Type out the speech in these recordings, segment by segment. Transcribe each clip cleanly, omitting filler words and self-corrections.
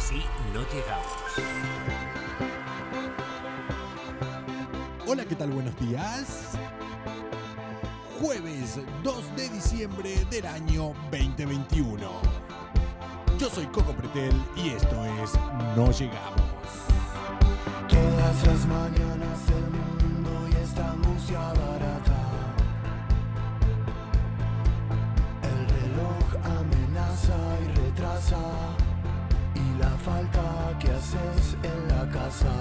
Así no llegamos. Hola, ¿qué tal? Buenos días. Jueves 2 de diciembre del año 2021. Yo soy Coco Pretel y esto es No Llegamos. Todas las mañanas del mundo y esta música barata. El reloj amenaza y retrasa, y la falta que haces en la casa.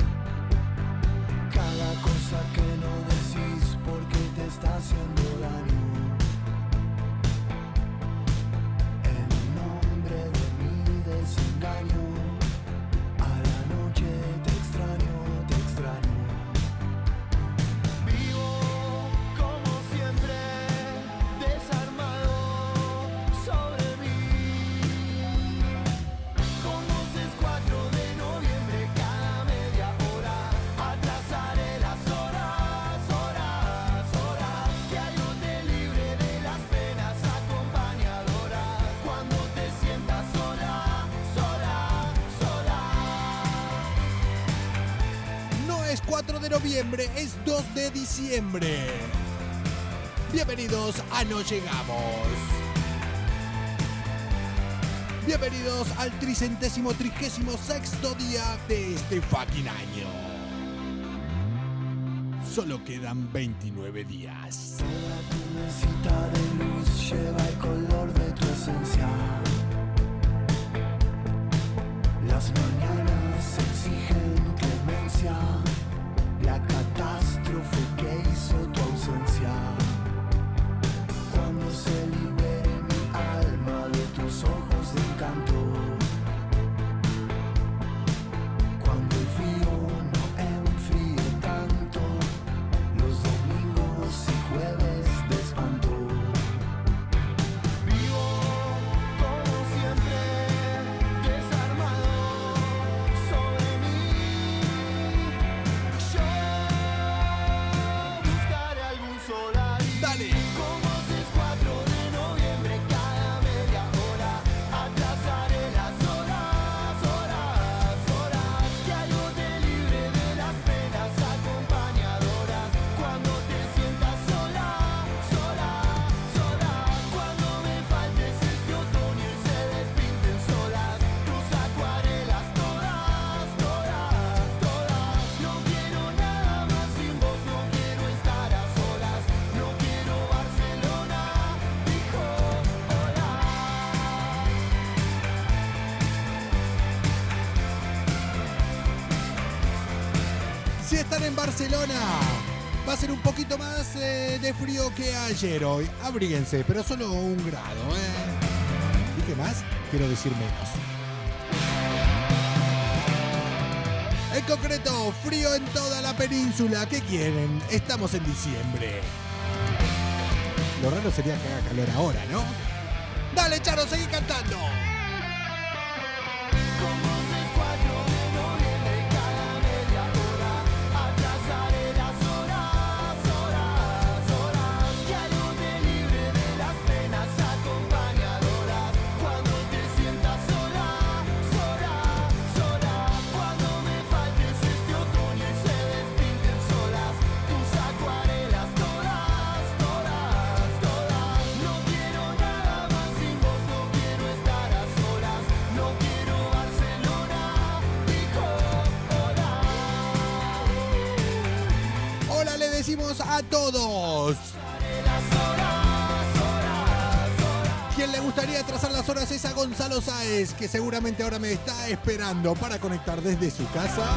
Cada cosa que no decís porque te está haciendo daño. En nombre de mi desengaño, a la noche te extraño, te extraño. Vivo como siempre, desarmado sobre mí. Con voces 4 de noviembre cada media hora. Atrasaré las horas, horas, horas. Que algo te libre de las penas acompañadoras. Cuando te sientas sola, sola, sola. No es 4 de noviembre, es 2 de diciembre. Bienvenidos a No Llegamos. Bienvenidos al 336º día de este fucking año. Solo quedan 29 días. Toda tu mesita de luz lleva el color de tu esencia. Las mañanas exigen clemencia. La catástrofe que hizo tu ausencia. Cuando se libere mi alma de tus ojos de encanto. Cuando el frío no enfríe tanto. Los domingos y jueves de espanto. Vivo como siempre, desarmado sobre mí. Yo buscaré algún solar. Dale. Con voces 4 de noviembre cada media hora. Atrasaré las horas, horas, horas. Que algo te libre de las penas acompañadoras. Cuando te sientas sola, sola, sola. Cuando me faltes este otoño y se despinten solas tus acuarelas todas, todas, todas. No quiero nada más sin vos, no quiero estar a solas. No quiero Barcelona, dijo hola. Si están en Barcelona, va a ser un poquito más de frío que ayer hoy. Abríguense, pero solo 1 grado, ¿Dije más? Quiero decir menos. En concreto, frío en toda la península. ¿Qué quieren? Estamos en diciembre. Lo raro sería que haga calor ahora, ¿no? Dale, Charo, seguí cantando. Con voces 4 de noviembre cada media hora. Atrasaré las horas, horas, horas. Que algo te libre de las penas acompañadoras. Cuando te sientas sola, sola, sola. Cuando me faltes este otoño y se despinten solas tus acuarelas todas, todas, todas. No quiero nada más sin vos, no quiero estar a solas. No quiero Barcelona, dijo hola. Hola, le decimos a todos. Las horas, horas, horas. Quien le gustaría trazar las horas es a Gonzalo Sáez, que seguramente ahora me está esperando para conectar desde su casa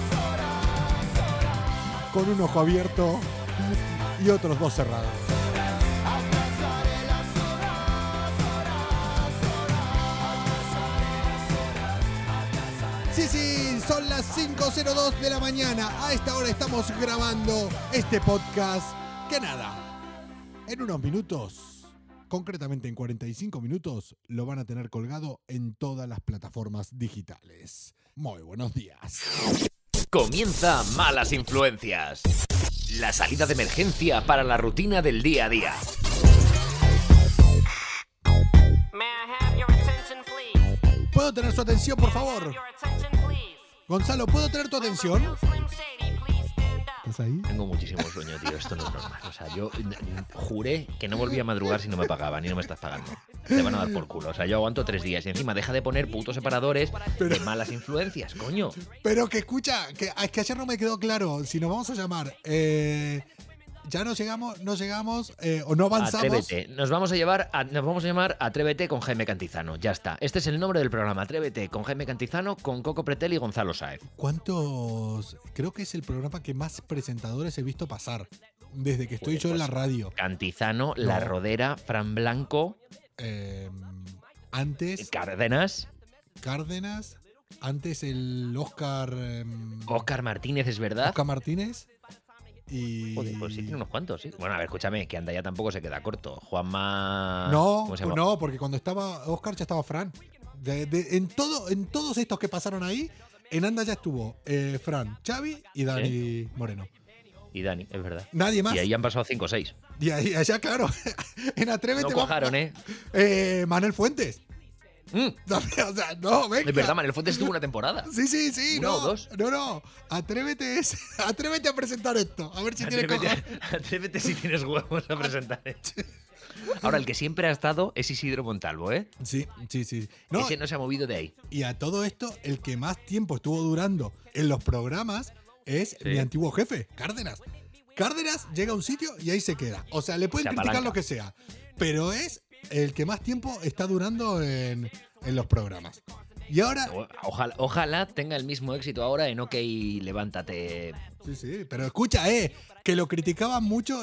con un ojo abierto y otros 2 cerrados. Atrasaré las horas, horas, horas. Atrasaré las horas, atrasaré. Sí, son las 5:02 de la mañana. A esta hora estamos grabando este podcast. Que nada, en unos minutos, concretamente en 45 minutos, lo van a tener colgado en todas las plataformas digitales. Muy buenos días. Comienza Malas Influencias. La salida de emergencia para la rutina del día a día. May I have your attention, please? ¿Puedo tener su atención, por favor? Gonzalo, ¿puedo tener tu atención? ¿Estás ahí? Tengo muchísimo sueño, tío. Esto no es normal. O sea, yo juré que no volvía a madrugar si no me pagaban y no me estás pagando. Te van a dar por culo. O sea, yo aguanto 3 días y encima deja de poner putos separadores de malas influencias, coño. Pero que escucha, que ayer no me quedó claro. Si nos vamos a llamar, ya no llegamos, o no avanzamos. Atrévete. Nos vamos a llamar Atrévete con Jaime Cantizano. Ya está. Este es el nombre del programa. Atrévete con Jaime Cantizano, con Coco Pretel y Gonzalo Sáez. ¿Cuántos? Creo que es el programa que más presentadores he visto pasar desde que estoy yo en la radio. Cantizano, La Rodera, Fran Blanco, Antes Cárdenas. Antes el Oscar. Óscar Martínez, ¿es verdad? Oscar Martínez. Y... Joder, pues sí, tiene unos cuantos, sí. Bueno, a ver, escúchame, que anda ya tampoco se queda corto. Juanma... No, ¿cómo se llama? no, porque cuando estaba Oscar ya estaba Fran. En todos estos que pasaron ahí, en Anda ya estuvo Fran, Xavi y Dani Moreno. Y Dani, es verdad. Nadie más. Y ahí han pasado 5 o 6. Y ahí, allá, claro. En Atrévete. No cojaron, Manuel Fuentes. O sea, no, venga. Es verdad, Manuel Fuentes estuvo una temporada. Sí, ¿Una no. o dos? No. Atrévete a presentar esto. A ver si tienes cojones. Atrévete si tienes huevos a presentar esto. Ahora, el que siempre ha estado es Isidro Montalvo, ¿eh? Sí. No, ese no se ha movido de ahí. y a todo esto, el que más tiempo estuvo durando en los programas es mi antiguo jefe, Cárdenas. Cárdenas llega a un sitio y ahí se queda. O sea, le pueden Se criticar apalanca. lo que sea, pero es el que más tiempo está durando en los programas. Y ahora... Ojalá tenga el mismo éxito ahora en OK, levántate. Sí, pero escucha, que lo criticaban mucho.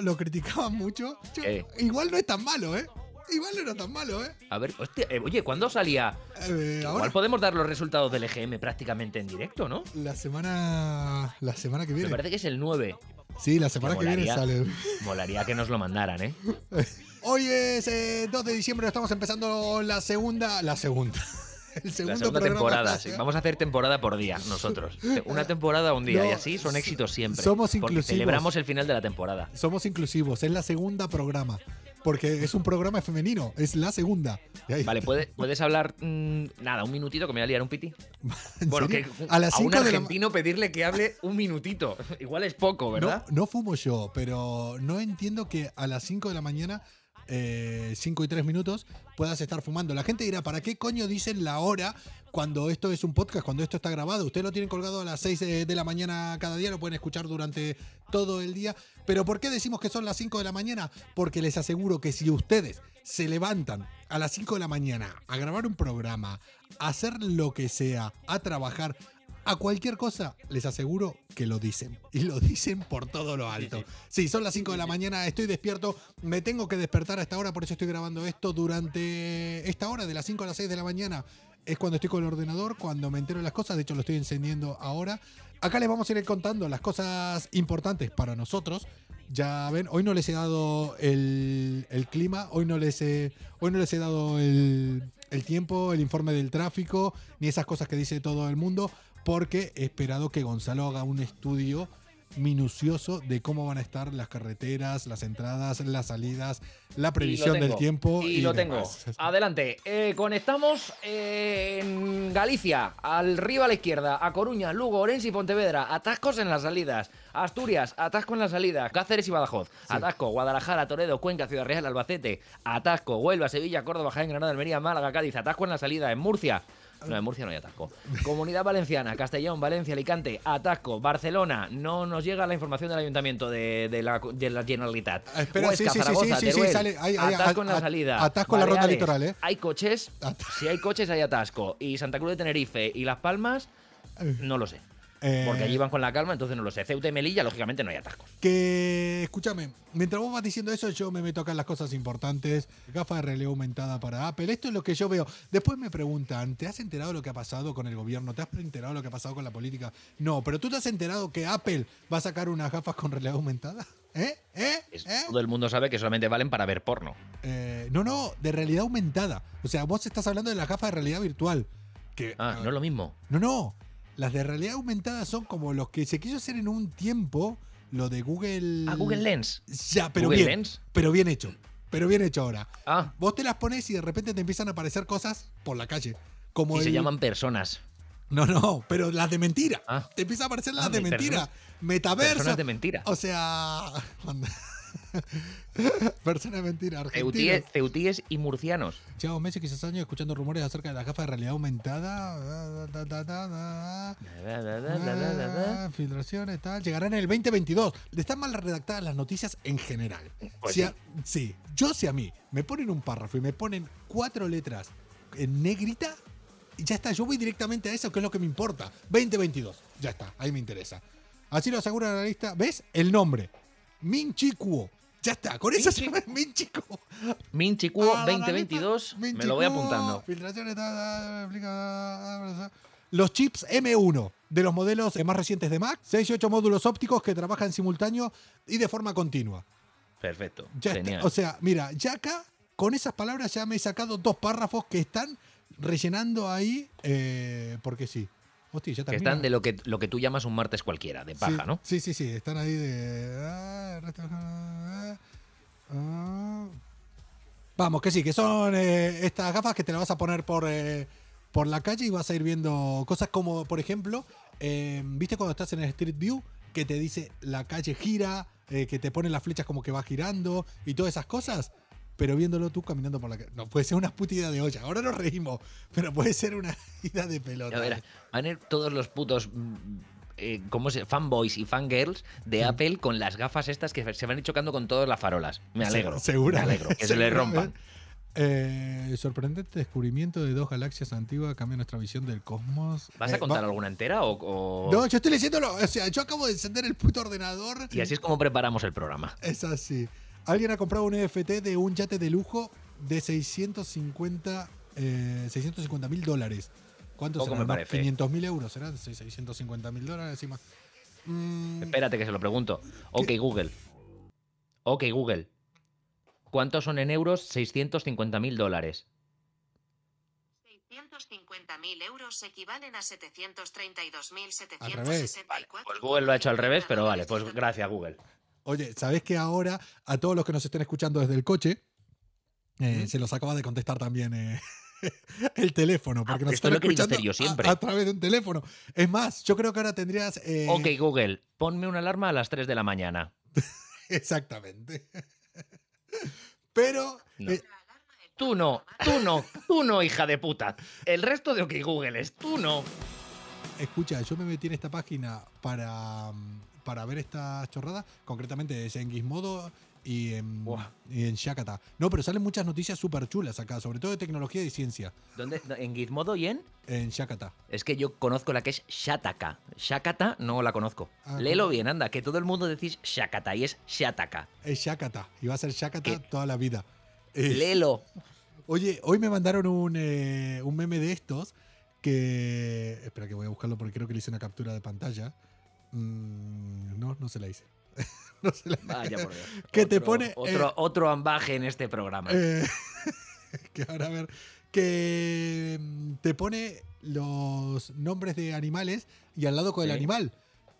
Igual no es tan malo, Igual no era tan malo, A ver, hostia, oye, ¿cuándo salía? Ahora, Igual podemos dar los resultados del EGM prácticamente en directo, ¿no? la semana que viene. Me parece que es el 9. Sí, la semana que viene sale. Molaría que nos lo mandaran, ¿eh? Hoy es 2 de diciembre, estamos empezando la segunda. El La segundo segunda programa. temporada. Sí. Vamos a hacer temporada por día, nosotros. Una temporada un día, No, y así son éxitos siempre. somos Porque inclusivos. celebramos el final de la temporada. Somos inclusivos, es la segunda programa. Porque es un programa femenino, es la segunda. Y ahí- Vale, ¿puedes hablar nada, un minutito que me voy a liar un piti? ¿En Bueno, serio? que a las a un 5 de la argentino pedirle que hable un minutito. Igual es poco, ¿verdad? No fumo yo, pero no entiendo que a las 5 de la mañana, 5 y 3 minutos, puedas estar fumando. La gente dirá, ¿para qué coño dicen la hora cuando esto es un podcast, cuando esto está grabado? Ustedes lo tienen colgado a las 6 de la mañana cada día, lo pueden escuchar durante todo el día. ¿Pero por qué decimos que son las 5 de la mañana? Porque les aseguro que si ustedes se levantan a las 5 de la mañana a grabar un programa, a hacer lo que sea, a trabajar, a cualquier cosa, les aseguro que lo dicen. Y lo dicen por todo lo alto. Sí, son las 5 de la mañana, estoy despierto, me tengo que despertar a esta hora, por eso estoy grabando esto durante esta hora, de las 5 a las 6 de la mañana. Es cuando estoy con el ordenador, cuando me entero de las cosas, de hecho lo estoy encendiendo ahora. Acá les vamos a ir contando las cosas importantes para nosotros. Ya ven, hoy no les he dado el clima, hoy no les he dado el tiempo, el informe del tráfico, ni esas cosas que dice todo el mundo, porque he esperado que Gonzalo haga un estudio minucioso de cómo van a estar las carreteras, las entradas, las salidas, la previsión del tiempo. Y lo demás. tengo. Adelante. Conectamos en Galicia, al río a la izquierda, a Coruña, Lugo, Orense y Pontevedra. Atascos en las salidas. Asturias, atasco en las salidas. Cáceres y Badajoz. Atasco. Guadalajara, Toledo, Cuenca, Ciudad Real, Albacete. Atasco. Huelva, Sevilla, Córdoba, Jaén, Granada, Almería, Málaga, Cádiz. Atasco en la salida. En Murcia. No, en Murcia no hay atasco. Comunidad Valenciana, Castellón, Valencia, Alicante, atasco. Barcelona, no nos llega la información del ayuntamiento de la Generalitat. Espera, Huesca, sí, Zaragoza, Teruel, sale. Atasco en la salida. Atasco en la ronda Baleares, litoral, Hay coches. Si hay coches, hay atasco. Y Santa Cruz de Tenerife y Las Palmas, no lo sé. Porque allí van con la calma, entonces no lo sé. Ceuta y Melilla, lógicamente, no hay atascos. Que, escúchame, mientras vos vas diciendo eso, yo me meto acá en las cosas importantes. Gafas de realidad aumentada para Apple. Esto es lo que yo veo. Después me preguntan, ¿te has enterado de lo que ha pasado con el gobierno? ¿Te has enterado de lo que ha pasado con la política? No, pero ¿tú te has enterado que Apple va a sacar unas gafas con realidad aumentada? Todo el mundo sabe que solamente valen para ver porno. No, de realidad aumentada. O sea, vos estás hablando de las gafas de realidad virtual. Que, No es lo mismo. No. Las de realidad aumentada son como los que se quiso hacer en un tiempo, lo de Google. Google Lens. Ya, pero Google bien. Lens. Pero bien hecho. Pero bien hecho ahora. Ah. Vos te las pones y de repente te empiezan a aparecer cosas por la calle. Como Y se el- llaman personas. No, pero las de mentira. Ah. Te empieza a aparecer las Ah, de mentira. Metaverso. Personas de mentira. O sea. Personas de mentira. Argentina. Ceutíes y murcianos. Llevo meses, quizás años, escuchando rumores acerca de las gafas de realidad aumentada. Filtraciones, tal. Llegarán en el 2022. Están mal redactadas las noticias en general. Pues Si a mí me ponen un párrafo y me ponen 4 letras en negrita, y ya está. Yo voy directamente a eso, que es lo que me importa. 2022. Ya está. Ahí me interesa. Así lo asegura la lista. ¿Ves? El nombre. Min Chi Kuo. Ya está. Con eso se llama Min Chi Kuo. Min Chi Kuo 2022. Min Me Chi lo voy Kuo, apuntando. Filtraciones, los chips M1 de los modelos más recientes de Mac, 6 y 8 módulos ópticos que trabajan simultáneo y de forma continua. Perfecto. Ya Genial. está. O sea, mira, ya acá, con esas palabras ya me he sacado 2 párrafos que están rellenando ahí, porque sí. Hostia, ya Que termina. están de lo que tú llamas un martes cualquiera, de paja, Sí, ¿no? Sí, están ahí de... Vamos, que sí, que son estas gafas que te las vas a poner por la calle y vas a ir viendo cosas como, por ejemplo, ¿viste cuando estás en el Street View? Que te dice la calle gira, que te pone las flechas como que va girando y todas esas cosas. Pero viéndolo tú caminando por la calle. No, puede ser una puta idea de olla. Ahora nos reímos, pero puede ser una idea de pelota. A ver, van a ir todos los putos fanboys y fangirls de Apple con las gafas estas que se van a ir chocando con todas las farolas. Me alegro. Seguro. Me alegro. Que se les rompan. Sorprendente descubrimiento de 2 galaxias antiguas cambia nuestra visión del cosmos. ¿Vas a contar alguna entera o...? No, yo estoy leyéndolo. O sea, yo acabo de encender el puto ordenador. Y así es como preparamos el programa. Es así. Alguien ha comprado un NFT de un yate de lujo de 650 mil dólares. ¿Cuánto Poco será? me parece. 500 mil euros, ¿serán? 650 mil dólares encima. Espérate que se lo pregunto. Ok, Google. Ok, Google. ¿Cuántos son en euros 650.000 dólares? 650.000 euros equivalen a Al revés. 732.764. Pues Google lo ha hecho al revés, pero vale, pues gracias, Google. Oye, ¿sabés que ahora a todos los que nos estén escuchando desde el coche se los acaba de contestar también el teléfono? Porque nos esto están lo he querido escuchando hacer yo siempre. a través de un teléfono. Es más, yo creo que ahora tendrías... Ok, Google, ponme una alarma a las 3 de la mañana. Exactamente. Pero... No. Tú no, hija de puta. El resto de OK Google es tú no. escucha, yo me metí en esta página para ver estas chorradas. Concretamente es en Gizmodo y en Shakata. No, pero salen muchas noticias súper chulas acá, sobre todo de tecnología y ciencia. ¿Dónde? ¿En Gizmodo y en? En Shakata. Es que yo conozco la que es Shataka. Shakata no la conozco. Ah, Léelo ¿cómo? bien, anda, que todo el mundo decís Shakata y es Shataka. Es Shakata. Y va a ser Shakata ¿Qué? toda la vida. Léelo. Oye, hoy me mandaron un meme de estos que... Espera que voy a buscarlo porque creo que le hice una captura de pantalla. No se la hice. No se la Vaya por Dios. Que te pone, Otro ambaje en este programa. que ahora a ver, que te pone los nombres de animales y al lado con el Sí. animal.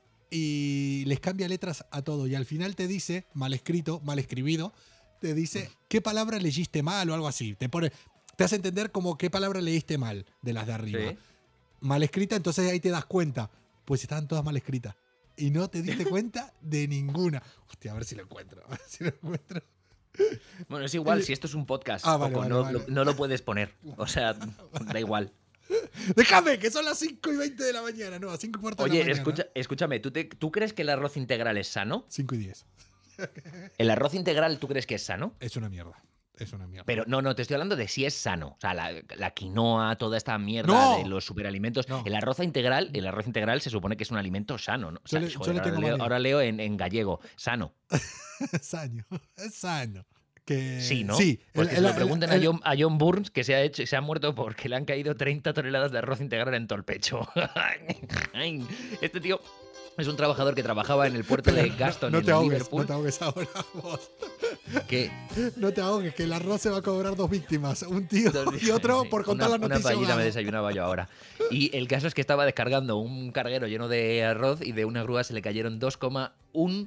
Y les cambia letras a todo. Y al final te dice, mal escrito, mal escribido, te dice qué palabra leíste mal o algo así. Te hace entender como qué palabra leíste mal de las de arriba. Sí. Mal escrita, entonces ahí te das cuenta. Pues estaban todas mal escritas. Y no te diste cuenta de ninguna. Hostia, a ver si lo encuentro. A ver si lo encuentro. Bueno, es igual, si esto es un podcast, Ah, vale, Coco, vale, no, vale. no lo puedes poner. O sea, da igual. Déjame, que son las 5:20 de la mañana. No, a 5:15 de la Oye, mañana. escúchame, ¿tú crees que el arroz integral es sano? 5:10. ¿El arroz integral tú crees que es sano? Es una mierda. Es una mierda. Pero no, te estoy hablando de si es sano. O sea, la quinoa, toda esta mierda No. de los superalimentos. No. El arroz integral se supone que es un alimento sano, ¿no? O sea, Yo le joder, tengo manía. ahora leo en gallego, sano. Es sano. Es sano. Que... Sí, ¿no? Sí. Porque se lo pregunten a John Burns, que se ha muerto porque le han caído 30 toneladas de arroz integral en todo el pecho. Ay, este tío es un trabajador que trabajaba en el puerto de Gaston, No en te ahogues, Liverpool. no te ahogues ahora vos. Que No te ahogues, que el arroz se va a cobrar 2 víctimas. Un tío y otro Sí, por contar la una noticia. paellita me ahogado. desayunaba yo ahora. Y el caso es que estaba descargando un carguero lleno de arroz y de una grúa se le cayeron 2,1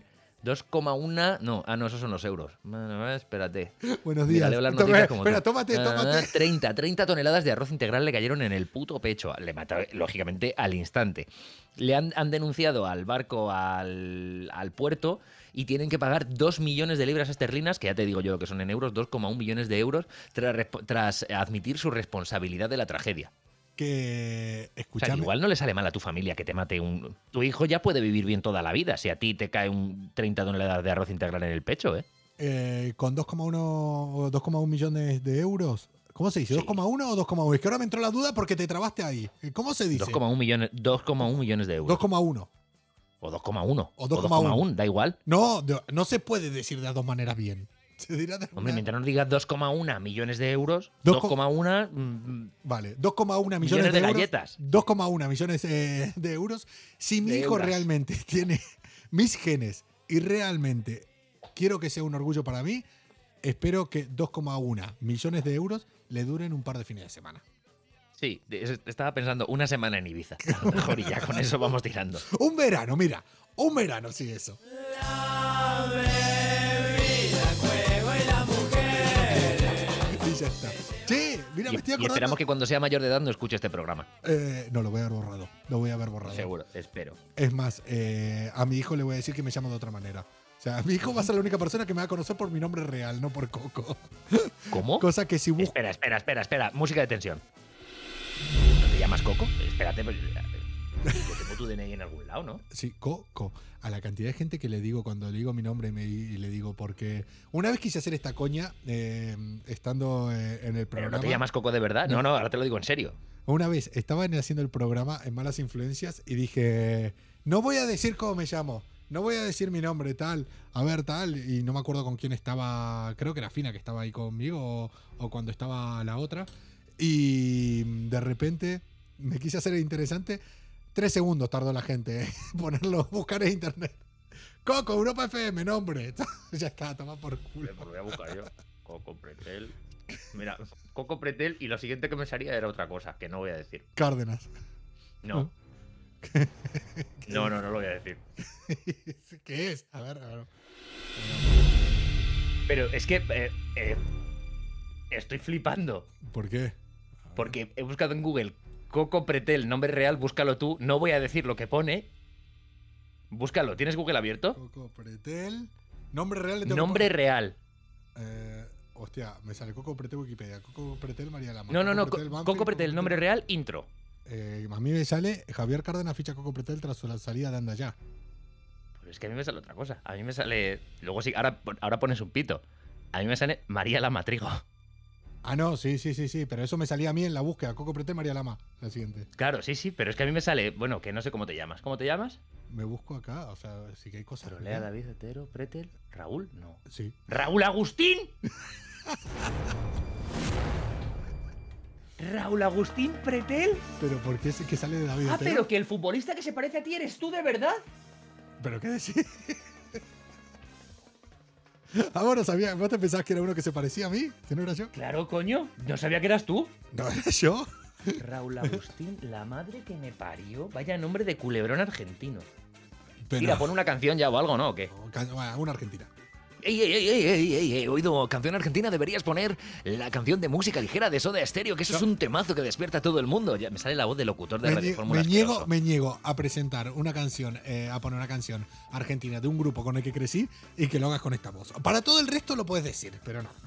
2,1... No, esos son los euros. Espérate. Buenos Mira, días. leo las noticias como Espera, tú. tómate. 30 toneladas de arroz integral le cayeron en el puto pecho. Le mata, lógicamente, al instante. Le han denunciado al barco, al puerto, y tienen que pagar 2 millones de libras esterlinas, que ya te digo yo lo que son en euros, 2,1 millones de euros, tras admitir su responsabilidad de la tragedia. Que, O sea, escúchame, que igual no le sale mal a tu familia que te mate un... Tu hijo ya puede vivir bien toda la vida si a ti te cae un 30 toneladas de arroz integral en el pecho, ¿eh? con 2,1 millones de euros. ¿Cómo se dice? Sí. ¿2,1 o 2,1? Es que ahora me entró la duda porque te trabaste ahí. ¿Cómo se dice? 2,1 millones de euros. 2,1. O 2,1. O 2,1. Da igual. No se puede decir de las dos maneras bien. Se dirá de Hombre, una- mientras no digas 2,1 millones de euros, Dos 2,1 Vale, 2,1 millones millones de euros. galletas. 2,1 millones de euros. Si mi De hijo euros. realmente tiene mis genes y realmente quiero que sea un orgullo para mí, espero que 2,1 millones de euros le duren un par de fines de semana. Sí, estaba pensando una semana en Ibiza. A lo mejor y ya con eso vamos tirando. Un verano, mira. Un verano, sí, eso. Y ya está. Che, mira, me estoy Y acordando. esperamos que cuando sea mayor de edad no escuche este programa. No, lo voy a haber borrado. Lo voy a haber borrado. Seguro, espero. Es más, a mi hijo le voy a decir que me llamo de otra manera. O sea, mi hijo va a ser la única persona que me va a conocer por mi nombre real, no por Coco. ¿Cómo? Cosa que si busco... Espera. Música de tensión. ¿No te llamas Coco? Espérate, pues, yo tengo tu DNI en algún lado, ¿no? Sí, Coco. A la cantidad de gente que le digo cuando le digo mi nombre y le digo porque... Una vez quise hacer esta coña estando en el ¿Pero programa... no te llamas Coco de verdad? No, ahora te lo digo en serio. Una vez estaba haciendo el programa en Malas Influencias y dije, no voy a decir cómo me llamo, no voy a decir mi nombre, tal, a ver, tal, y no me acuerdo con quién estaba, creo que era Fina que estaba ahí conmigo o cuando estaba la otra, y de repente me quise hacer interesante, 3 segundos tardó la gente ponerlo, buscar en internet. Coco, Europa FM, nombre. Ya está, toma por culo. Pues lo voy a buscar yo. Coco Pretel. Mira, Coco Pretel y lo siguiente que me salía era otra cosa, que no voy a decir. Cárdenas. No. No lo voy a decir. ¿Qué es? A ver. Pero es que estoy flipando. ¿Por qué? Porque he buscado en Google Coco Pretel, nombre real, búscalo tú. No voy a decir lo que pone. Búscalo. ¿Tienes Google abierto? Coco Pretel. Nombre real. le tengo que Nombre poner. real. Hostia, me sale Coco Pretel Wikipedia. Coco Pretel María Lama. No. Banfield, Coco Pretel, nombre real, intro. A mí me sale Javier Cárdenas ficha Coco Pretel tras la salida de Anda Ya. Pues es que a mí me sale otra cosa. A mí me sale... Luego sí, ahora pones un pito. A mí me sale María Lama Trigo. Ah, no, sí, pero eso me salía a mí en la búsqueda. Coco Pretel María Lama, la siguiente. Claro, sí, pero es que a mí me sale... Bueno, que no sé cómo te llamas. ¿Cómo te llamas? Me busco acá, o sea, sí que hay cosas. Pero lea David Otero, Pretel, Raúl, no. Sí. ¡Raúl Agustín! ¿Raúl Agustín Pretel? Pero ¿por qué es que sale de David Ah, Otero? pero que el futbolista que se parece a ti eres tú de verdad. ¿Pero qué decís? Ahora sabía, ¿vos te pensabas que era uno que se parecía a mí? ¿Que no era yo? Claro, coño. No sabía que eras tú. ¿No era yo? Raúl Agustín, la madre que me parió. Vaya nombre de culebrón argentino. Pero, Mira, pon una canción ya o algo, ¿no? ¿O qué? Bueno, una argentina. ¡Ey! He oído canción argentina. Deberías poner la canción de música ligera de Soda Stereo, que eso es un temazo que despierta a todo el mundo. Ya me sale la voz de locutor de Radio Fórmula. Me niego a presentar una canción, a poner una canción argentina de un grupo con el que crecí y que lo hagas con esta voz. Para todo el resto lo puedes decir, pero no.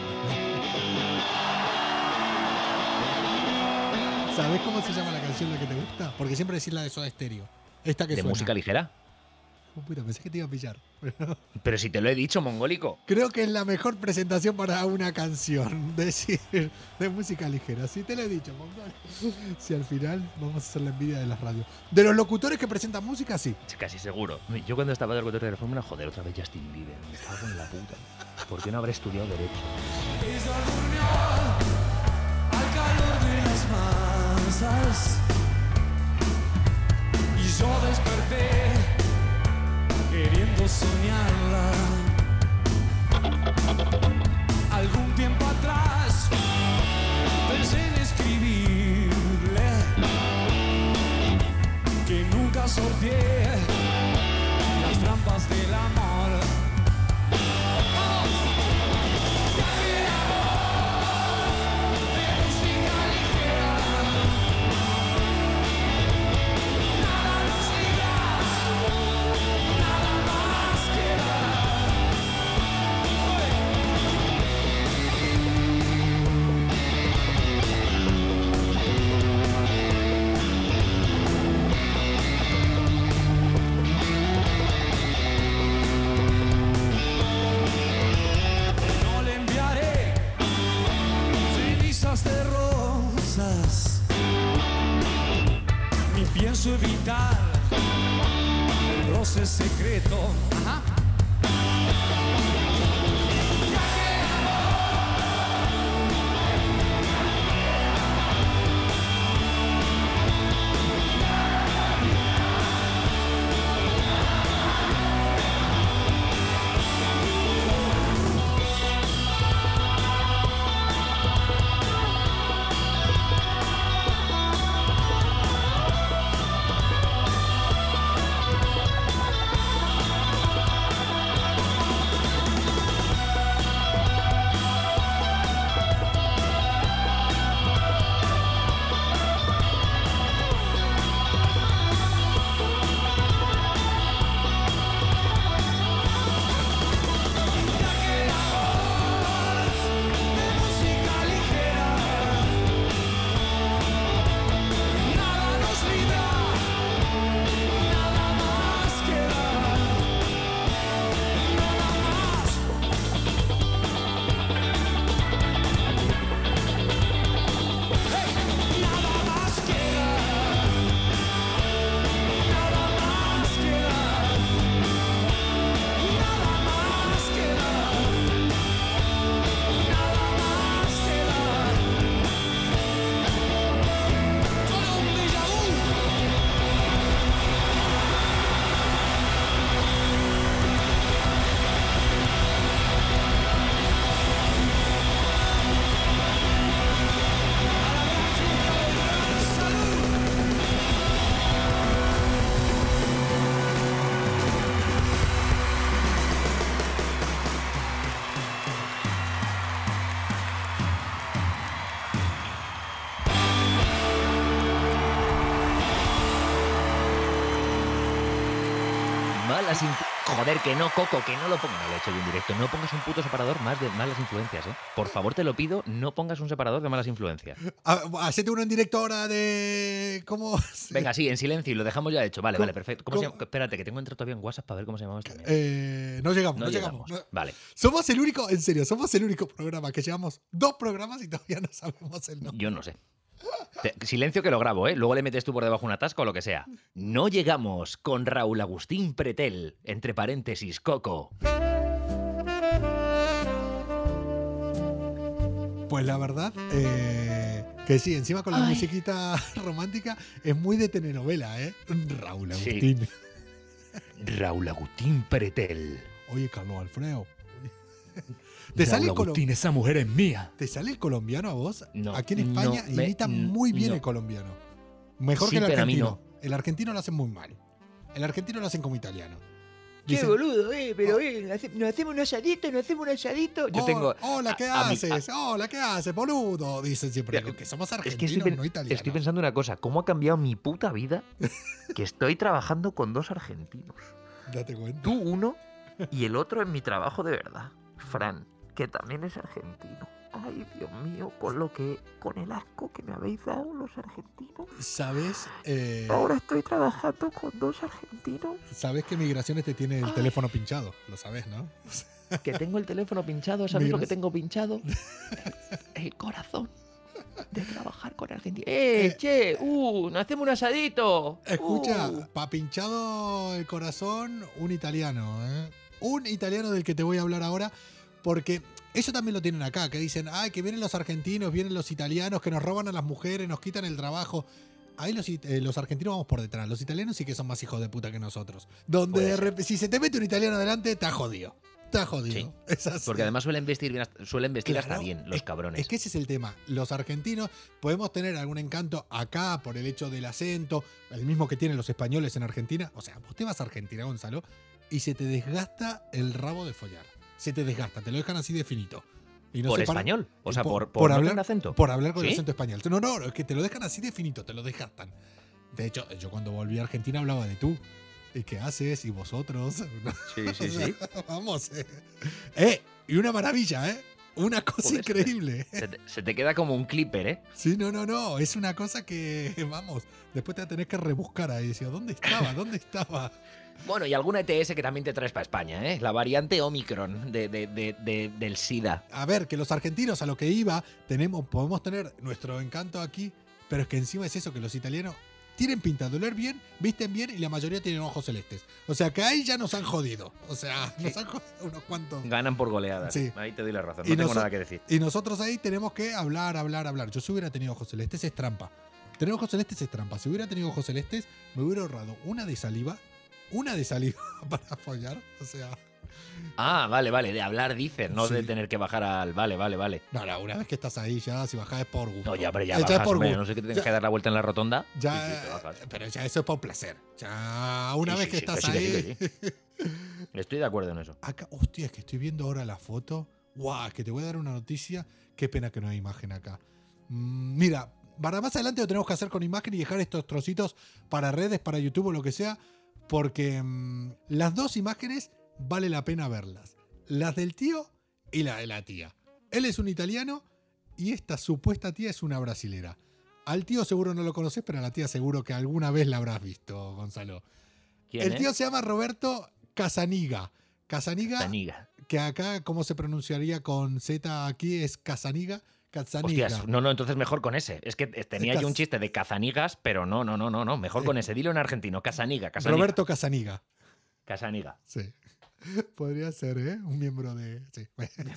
¿Sabes cómo se llama la canción la que te gusta? Porque siempre decís la de Soda Stereo. Esta que ¿De suena. música ligera? Puta, pensé que te iba a pillar. Pero si te lo he dicho, mongólico. Creo que es la mejor presentación para una canción. Decir, de música ligera. Sí, te lo he dicho, mongol. Si al final vamos a hacer la envidia de las radios. De los locutores que presentan música, sí. Casi seguro. Yo cuando estaba de locutor de la Fórmula, joder, otra vez Justin Bieber. Me cago en la puta. ¿Por qué no habré estudiado Derecho? Ella durmió al calor de las masas y yo desperté queriendo soñarla. Algún tiempo atrás pensé en escribirle que nunca sorteé las trampas del amor. pienso evitar el roce secreto. Ajá. Joder, que no, Coco, que no lo pongas. No lo he hecho bien directo. No pongas un puto separador más de malas influencias, ¿eh? Por favor, te lo pido, no pongas un separador de malas influencias. Hacete uno en directo ahora de... ¿Cómo? Venga, sí, en silencio y lo dejamos ya hecho. Vale, vale, perfecto. ¿Cómo se llama? Espérate, que tengo entrado todavía en WhatsApp para ver cómo se llama esta mierda. No llegamos. No. Vale. Somos el único, en serio, somos el único programa que llevamos 2 programas y todavía no sabemos el nombre. Yo no sé. Silencio que lo grabo, ¿eh? Luego le metes tú por debajo una tasca o lo que sea. No llegamos con Raúl Agustín Pretel, entre paréntesis, Coco. Pues la verdad, que sí, encima con la musiquita romántica es muy de telenovela, ¿eh? Raúl Agustín. Sí. Raúl Agustín Pretel. Oye, Carlos Alfredo. ¿Te sale Agustín, esa mujer es mía. ¿Te sale el colombiano a vos? No. Aquí en España imita muy bien el colombiano. Mejor que el argentino. No. El argentino lo hacen muy mal. El argentino lo hacen como italiano. Qué boludo, pero nos hacemos un asadito. Yo tengo. Hola, ¿qué haces? Hola, ¿qué haces, boludo? Dicen siempre que somos argentinos, no italianos. Estoy pensando una cosa. ¿Cómo ha cambiado mi puta vida que estoy trabajando con 2 argentinos? Date cuenta. Tú uno y el otro en mi trabajo de verdad. Fran, que también es argentino. Ay, Dios mío, con el asco que me habéis dado los argentinos. ¿Sabes? Ahora estoy trabajando con 2 argentinos. ¿Sabes que Migraciones te tiene el teléfono pinchado? Lo sabes, ¿no? Que tengo el teléfono pinchado, ¿sabes lo que tengo pinchado? El corazón de trabajar con argentinos. Che, nos hacemos un asadito. Escucha, pa' pinchado el corazón, un italiano, ¿eh? Un italiano del que te voy a hablar ahora, porque eso también lo tienen acá, que dicen, ay, que vienen los argentinos, vienen los italianos, que nos roban a las mujeres, nos quitan el trabajo. Ahí los argentinos vamos por detrás, los italianos sí que son más hijos de puta que nosotros. Donde si se te mete un italiano delante, te ha jodido. Está jodido. Sí, es así. Porque además suelen vestir claro, hasta bien los cabrones. Es que ese es el tema. Los argentinos podemos tener algún encanto acá por el hecho del acento, el mismo que tienen los españoles en Argentina. O sea, vos te vas a Argentina, Gonzalo, y se te desgasta el rabo de follar. Se te desgasta, te lo dejan así de finito. Y no ¿Por español? O sea, por hablar con acento. Por hablar con el acento español. No, es que te lo dejan así de finito, te lo desgastan. De hecho, yo cuando volví a Argentina hablaba de tú. ¿Y qué haces? ¿Y vosotros? Sí. Vamos. Y una maravilla, ¿eh? Una cosa increíble. Se te queda como un clipper, ¿eh? Sí, no. Es una cosa que, vamos, después te vas a tener que rebuscar ahí. Decía, ¿dónde estaba? Bueno, y alguna ETS que también te traes para España, ¿eh? La variante Omicron del SIDA. A ver, que los argentinos, a lo que iba, podemos tener nuestro encanto aquí, pero es que encima es eso, que los italianos tienen pinta de oler bien, visten bien y la mayoría tienen ojos celestes. O sea que ahí ya nos han jodido. O sea, nos han jodido unos cuantos. Ganan por goleadas. Sí. Ahí te doy la razón. Y No tengo noso- nada que decir. Y nosotros ahí tenemos que hablar. Yo si hubiera tenido ojos celestes es trampa. Tener ojos celestes es trampa. Si hubiera tenido ojos celestes, me hubiera ahorrado una de saliva para follar. O sea, Ah, vale. De hablar dices, no Sí. de tener que bajar al. Vale. no, una vez que estás ahí ya, si bajás es por gusto. No, ya, pero ya Es bajas, por hombre, gusto. no sé que te tienes Ya- que dar la vuelta en la rotonda. Ya, Sí, te bajas. pero ya eso es por placer. Ya una Sí, vez sí, que sí, estás que sí, ahí. que sí. Estoy de acuerdo en eso. Acá, hostia, es que estoy viendo ahora la foto. Guau, que te voy a dar una noticia. Qué pena que no hay imagen acá. Mira, para más adelante lo tenemos que hacer con imagen y dejar estos trocitos para redes, para YouTube o lo que sea. Porque las dos imágenes vale la pena verlas. Las del tío y la de la tía. Él es un italiano y esta supuesta tía es una brasilera. Al tío seguro no lo conoces, pero a la tía seguro que alguna vez la habrás visto, Gonzalo. ¿Quién El es? tío se llama Roberto Casaniga. Casaniga, Zaniga. que acá, ¿cómo se pronunciaría con Z aquí? Es Casaniga. Casaniga. Hostias, no, entonces mejor con ese. Es que tenía yo un chiste de cazanigas, pero no. Mejor con ese. Dilo en argentino. Casaniga. Roberto Casaniga. Casaniga. Sí. Podría ser, ¿eh? Un miembro de. Sí.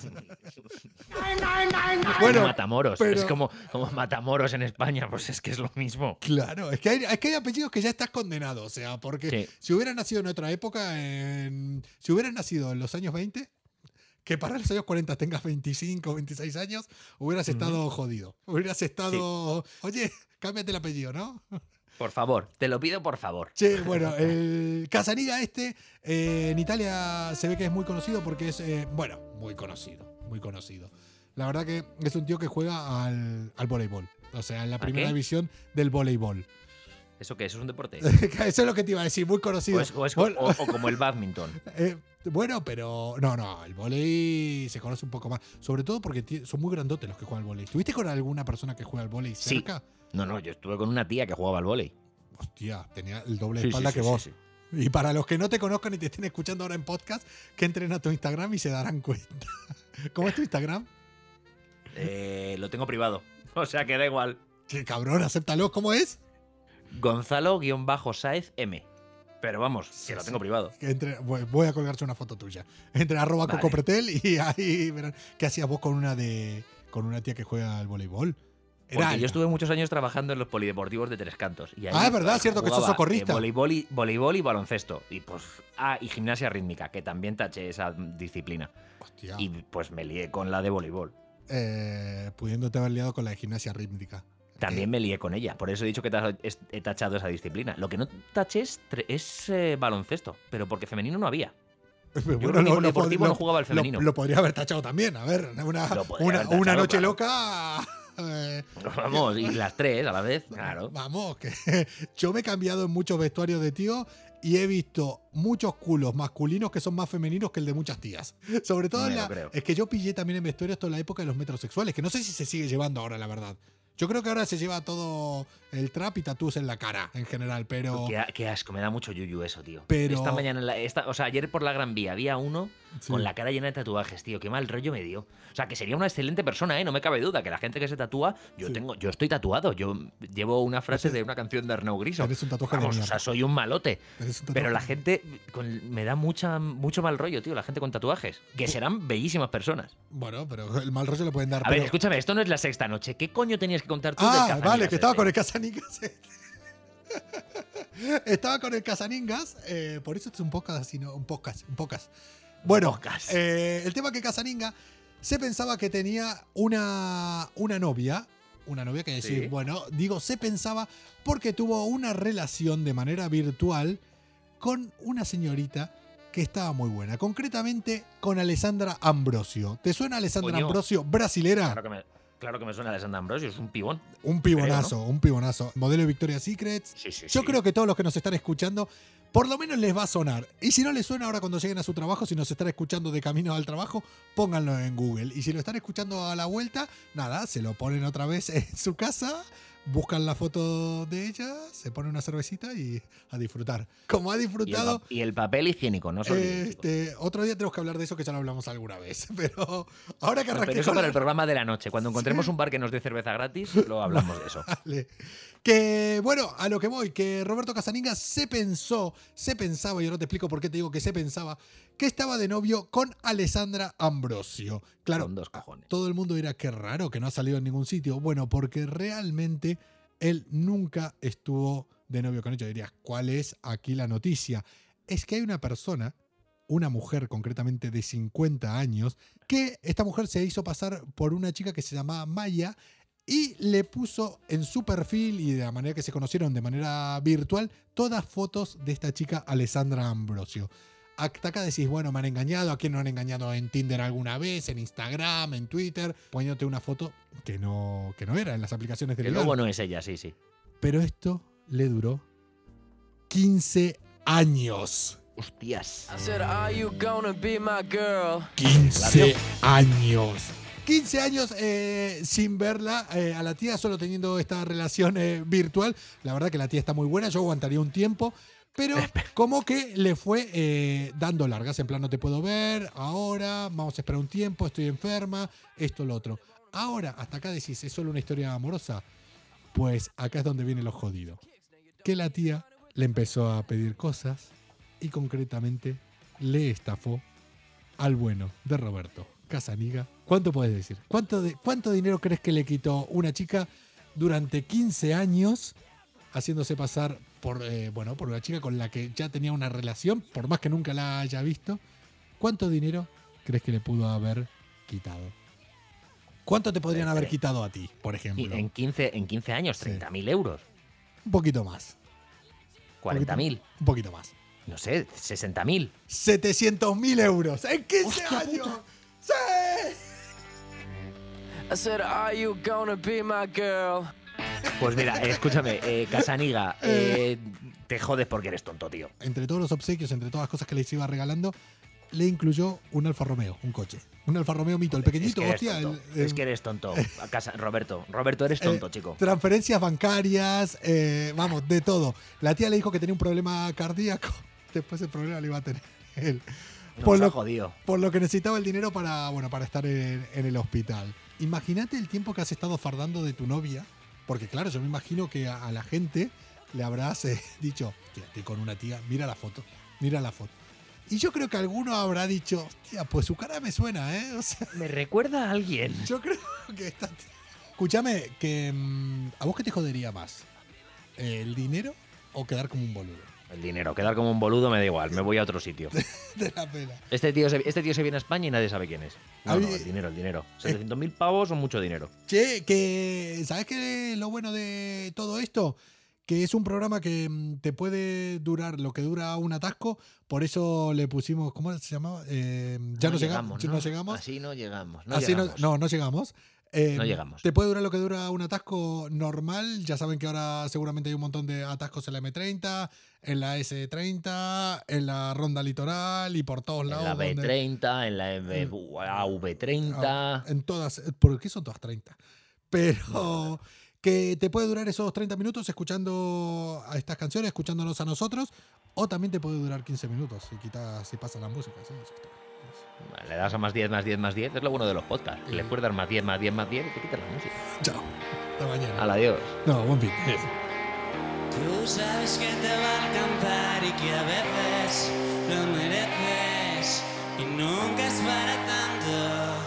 Como Bueno, Matamoros. pero- Es como Matamoros en España. Pues es que es lo mismo. claro, es que hay apellidos que ya estás condenado. O sea, porque Sí. si hubieran nacido en otra época, si hubieran nacido en los años 20, que para los años 40 tengas 25 o 26 años, hubieras estado jodido. Hubieras estado. Oye, cámbiate el apellido, ¿no? Por favor, te lo pido por favor. Che, bueno, el Casaniga en Italia se ve que es muy conocido porque es, muy conocido. La verdad que es un tío que juega al voleibol. O sea, en la primera qué? división del voleibol. ¿Eso qué es? ¿Es un deporte? Eso es lo que te iba a decir, muy conocido. O como el badminton. Bueno, pero no, el volei se conoce un poco más. Sobre todo porque son muy grandotes los que juegan al volei. ¿Estuviste con alguna persona que juega al volei Sí. cerca? No, yo estuve con una tía que jugaba al vóley. Hostia, tenía el doble de Sí, espalda sí, que sí, vos. sí, Y para los que no te conozcan y te estén escuchando ahora en podcast, que entren a tu Instagram y se darán cuenta. ¿Cómo es tu Instagram? Lo tengo privado. O sea que da igual. Qué cabrón, acéptalo. ¿Cómo es? Gonzalo-Saez M. Pero vamos, Sí, que lo sí. tengo privado. Voy a colgarse una foto tuya. Entre Vale. @cocopretel y ahí verán. ¿Qué hacías vos con una tía que juega al voleibol? Porque Era yo estuve muchos años trabajando en los polideportivos de Tres Cantos. Y ahí Ah, es verdad, cierto que sos jugaba, socorrista. voleibol y baloncesto. Y pues. Y gimnasia rítmica, que también taché esa disciplina. Hostia. Y pues me lié con la de voleibol. Pudiéndote haber liado con la de gimnasia rítmica. También me lié con ella. Por eso he dicho que he tachado esa disciplina. Lo que no taché es baloncesto. Pero porque femenino no había. Bueno, creo que ningún deportivo no jugaba al femenino. Lo podría haber tachado también. A ver, Lo podría haber una tachado, noche claro. loca. Vamos, y las tres a la vez. Claro. Vamos, que yo me he cambiado en muchos vestuarios de tío y he visto muchos culos masculinos que son más femeninos que el de muchas tías. Sobre todo Me lo creo. es que yo pillé también en vestuarios toda la época de los metrosexuales, que no sé si se sigue llevando ahora, la verdad. Yo creo que ahora se lleva todo el trap y tatús en la cara en general, pero Qué asco, me da mucho yuyu eso, tío. Pero- Esta mañana, o sea, ayer por la Gran Vía había uno Sí. con la cara llena de tatuajes, tío. Qué mal rollo me dio. O sea, que sería una excelente persona, ¿eh? No me cabe duda que la gente que se tatúa, Sí. yo estoy tatuado. Yo llevo una frase de una canción de Arnau Griso. Tenés un tatuaje de Vamos, o mierda. sea, soy un malote. Tenés un tatuaje. Pero la gente me da mucho mal rollo, tío, la gente con tatuajes. Que serán bellísimas personas. Bueno, pero el mal rollo le pueden dar. A ver, pero- escúchame, esto no es la sexta noche. ¿Qué coño tenías que contar tú del Ah, Cazaningas vale, que estaba este? con el Cazaningas. Estaba con el Cazaningas, por eso es un podcast, sino un podcast. Bueno, Podcast. el tema que Cazaninga se pensaba que tenía una novia que decir, Sí. bueno, digo, se pensaba porque tuvo una relación de manera virtual con una señorita que estaba muy buena, concretamente con Alessandra Ambrosio. ¿Te suena Alessandra Coño. Ambrosio, brasilera? Claro que me suena Alessandra Ambrosio, es un pibón. Un pibonazo. Modelo de Victoria's Secrets. Sí. Yo creo que todos los que nos están escuchando, por lo menos les va a sonar. Y si no les suena ahora cuando lleguen a su trabajo, si nos están escuchando de camino al trabajo, pónganlo en Google. Y si lo están escuchando a la vuelta, nada, se lo ponen otra vez en su casa, buscan la foto de ellas, se pone una cervecita y a disfrutar. Como ha disfrutado... Y el papel higiénico, no se olviden, chicos. Otro día tenemos que hablar de eso, que ya lo hablamos alguna vez. Pero ahora que arranqué Pero eso con para la- el programa de la noche. Cuando encontremos un bar que nos dé cerveza gratis, lo hablamos de eso. Vale. Que, bueno, a lo que voy, que Roberto Casaninga se pensaba, y ahora te explico por qué te digo que se pensaba, que estaba de novio con Alessandra Ambrosio. Claro, Con dos cojones. todo el mundo dirá que raro, que no ha salido en ningún sitio. Bueno, porque realmente él nunca estuvo de novio con ella. Dirías, ¿cuál es aquí la noticia? Es que hay una persona, una mujer concretamente de 50 años, que esta mujer se hizo pasar por una chica que se llamaba Maya y le puso en su perfil y de la manera que se conocieron de manera virtual todas fotos de esta chica Alessandra Ambrosio. Hasta acá decís, bueno, me han engañado. ¿A quién no han engañado en Tinder alguna vez? En Instagram, en Twitter, poniéndote una foto que no era en las aplicaciones de Que ligar. luego no es ella, sí, sí. Pero esto le duró 15 años. Hostias. I said, are you gonna be my girl? 15 años. 15 años sin verla a la tía, solo teniendo esta relación virtual. La verdad que la tía está muy buena, yo aguantaría un tiempo, pero como que le fue dando largas, en plan no te puedo ver, ahora, vamos a esperar un tiempo, estoy enferma, esto, lo otro. Ahora, hasta acá decís, ¿es solo una historia amorosa? Pues acá es donde viene lo jodido. Que la tía le empezó a pedir cosas y concretamente le estafó al bueno de Roberto Casaninga. ¿Cuánto puedes decir? ¿Cuánto dinero crees que le quitó una chica durante 15 años haciéndose pasar por una chica con la que ya tenía una relación, por más que nunca la haya visto? ¿Cuánto dinero crees que le pudo haber quitado? ¿Cuánto te podrían haber quitado a ti, por ejemplo? En 15 años, Sí. 30.000 euros. Un poquito más. 40.000. Un poquito más. No sé, 60.000. 700.000 euros en 15 años. ¡Sí! I said, are you gonna be my girl? Pues mira, escúchame, Casaninga, te jodes porque eres tonto, tío. Entre todos los obsequios, entre todas las cosas que les iba regalando, le incluyó un Alfa Romeo, un coche. Un Alfa Romeo Mito, el pequeñito, es que hostia. eres tonto. Es que eres tonto. Roberto, eres tonto, chico. Transferencias bancarias, vamos, de todo. La tía le dijo que tenía un problema cardíaco. Después el problema lo iba a tener él. Nos ha jodido. Por lo que necesitaba el dinero para estar en el hospital. Imagínate el tiempo que has estado fardando de tu novia, porque claro, yo me imagino que a la gente le habrás dicho, "Hostia, estoy con una tía, mira la foto. Y yo creo que alguno habrá dicho, hostia, pues su cara me suena, ¿eh? O sea, Me recuerda a alguien. yo creo que está... Escúchame, que ¿a vos qué te jodería más? ¿El dinero o quedar como un boludo? El dinero, quedar como un boludo me da igual, me voy a otro sitio. De la pena. Este tío se viene a España y nadie sabe quién es. No, A no, mí- el dinero. 700.000 pavos son mucho dinero. Che, que ¿sabes qué es lo bueno de todo esto? Que es un programa que te puede durar lo que dura un atasco, por eso le pusimos, ¿cómo se llamaba? Ya no llegamos, ¿no? no llegamos. Así no llegamos. Así llegamos. no llegamos. No llegamos. Te puede durar lo que dura un atasco normal. Ya saben que ahora seguramente hay un montón de atascos en la M30, en la S30, en la Ronda Litoral y por todos En lados. la donde- B30, en la V30. En todas, ¿por qué son todas 30? Pero que te puede durar esos 30 minutos escuchando a estas canciones, escuchándonos a nosotros, o también te puede durar 15 minutos si pasa la música. ¿Sí? Eso está. Le das a más 10, más 10, más 10. Es lo bueno de los podcasts. Que le puedes dar más 10, más 10, más 10 y te quitas la música. Chao. Hasta mañana. Al adiós. No, buen fin. Tú sabes que te va a encantar y que a veces lo mereces y nunca es para tanto.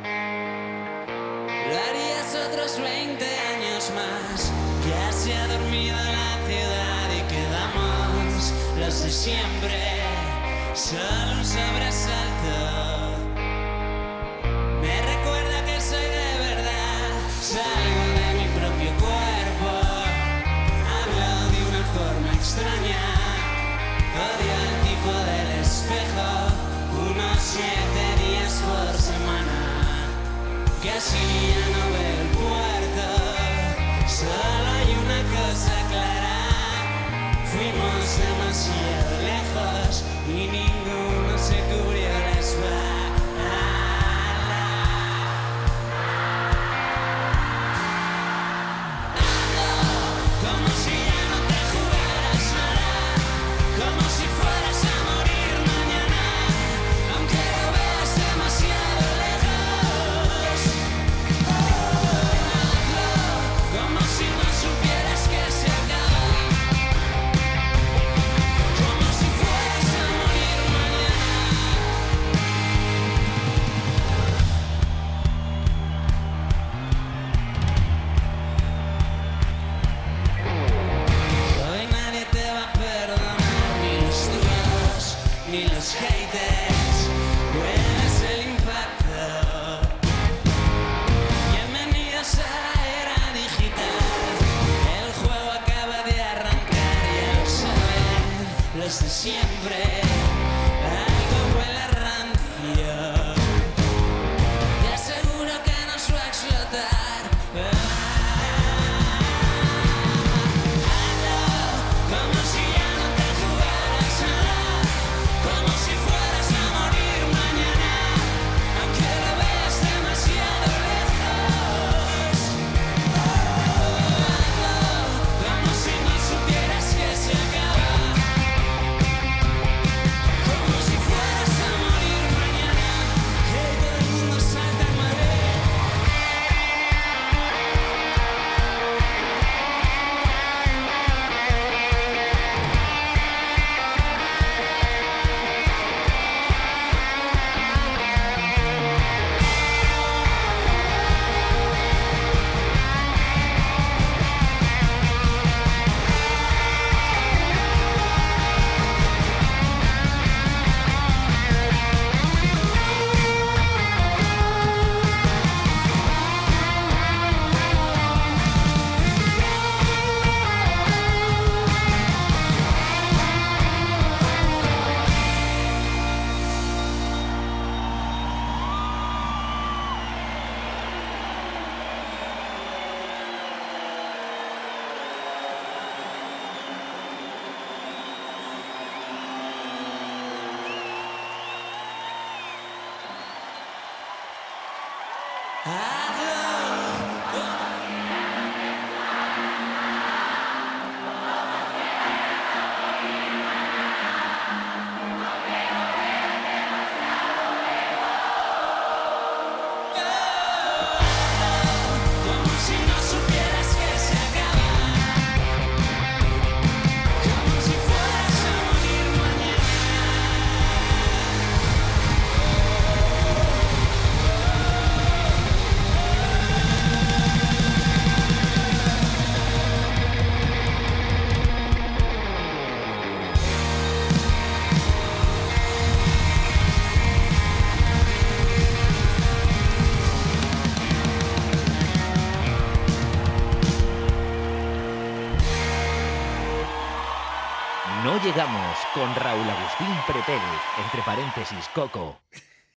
Lo harías otros 20 años más. Ya se ha dormido la ciudad y quedamos los de siempre. Solo un sobresalto. Me recuerda que soy de verdad. Salgo de mi propio cuerpo. Hablo de una forma extraña. Odio el tipo del espejo. Unos 7 días por semana. Casi ya no veo el puerto. Solo hay una cosa clara. Fuimos demasiado lejos y ninguno se cubrió la espalda. Como si ya no te desde siempre. Algo huele rancio. Te aseguro que nos va a explotar. Hazlo como si ya no te jugaras nada, como si fueras a morir mañana, aunque lo veas demasiado lejos. Hazlo como si no supieras que se acaba, como si fueras a morir mañana, que todo el mundo salta en Madrid. Como si no supieras que se acaba, como si fueras a morir mañana. No llegamos con Raúl Agustín Pretel, entre paréntesis, Coco.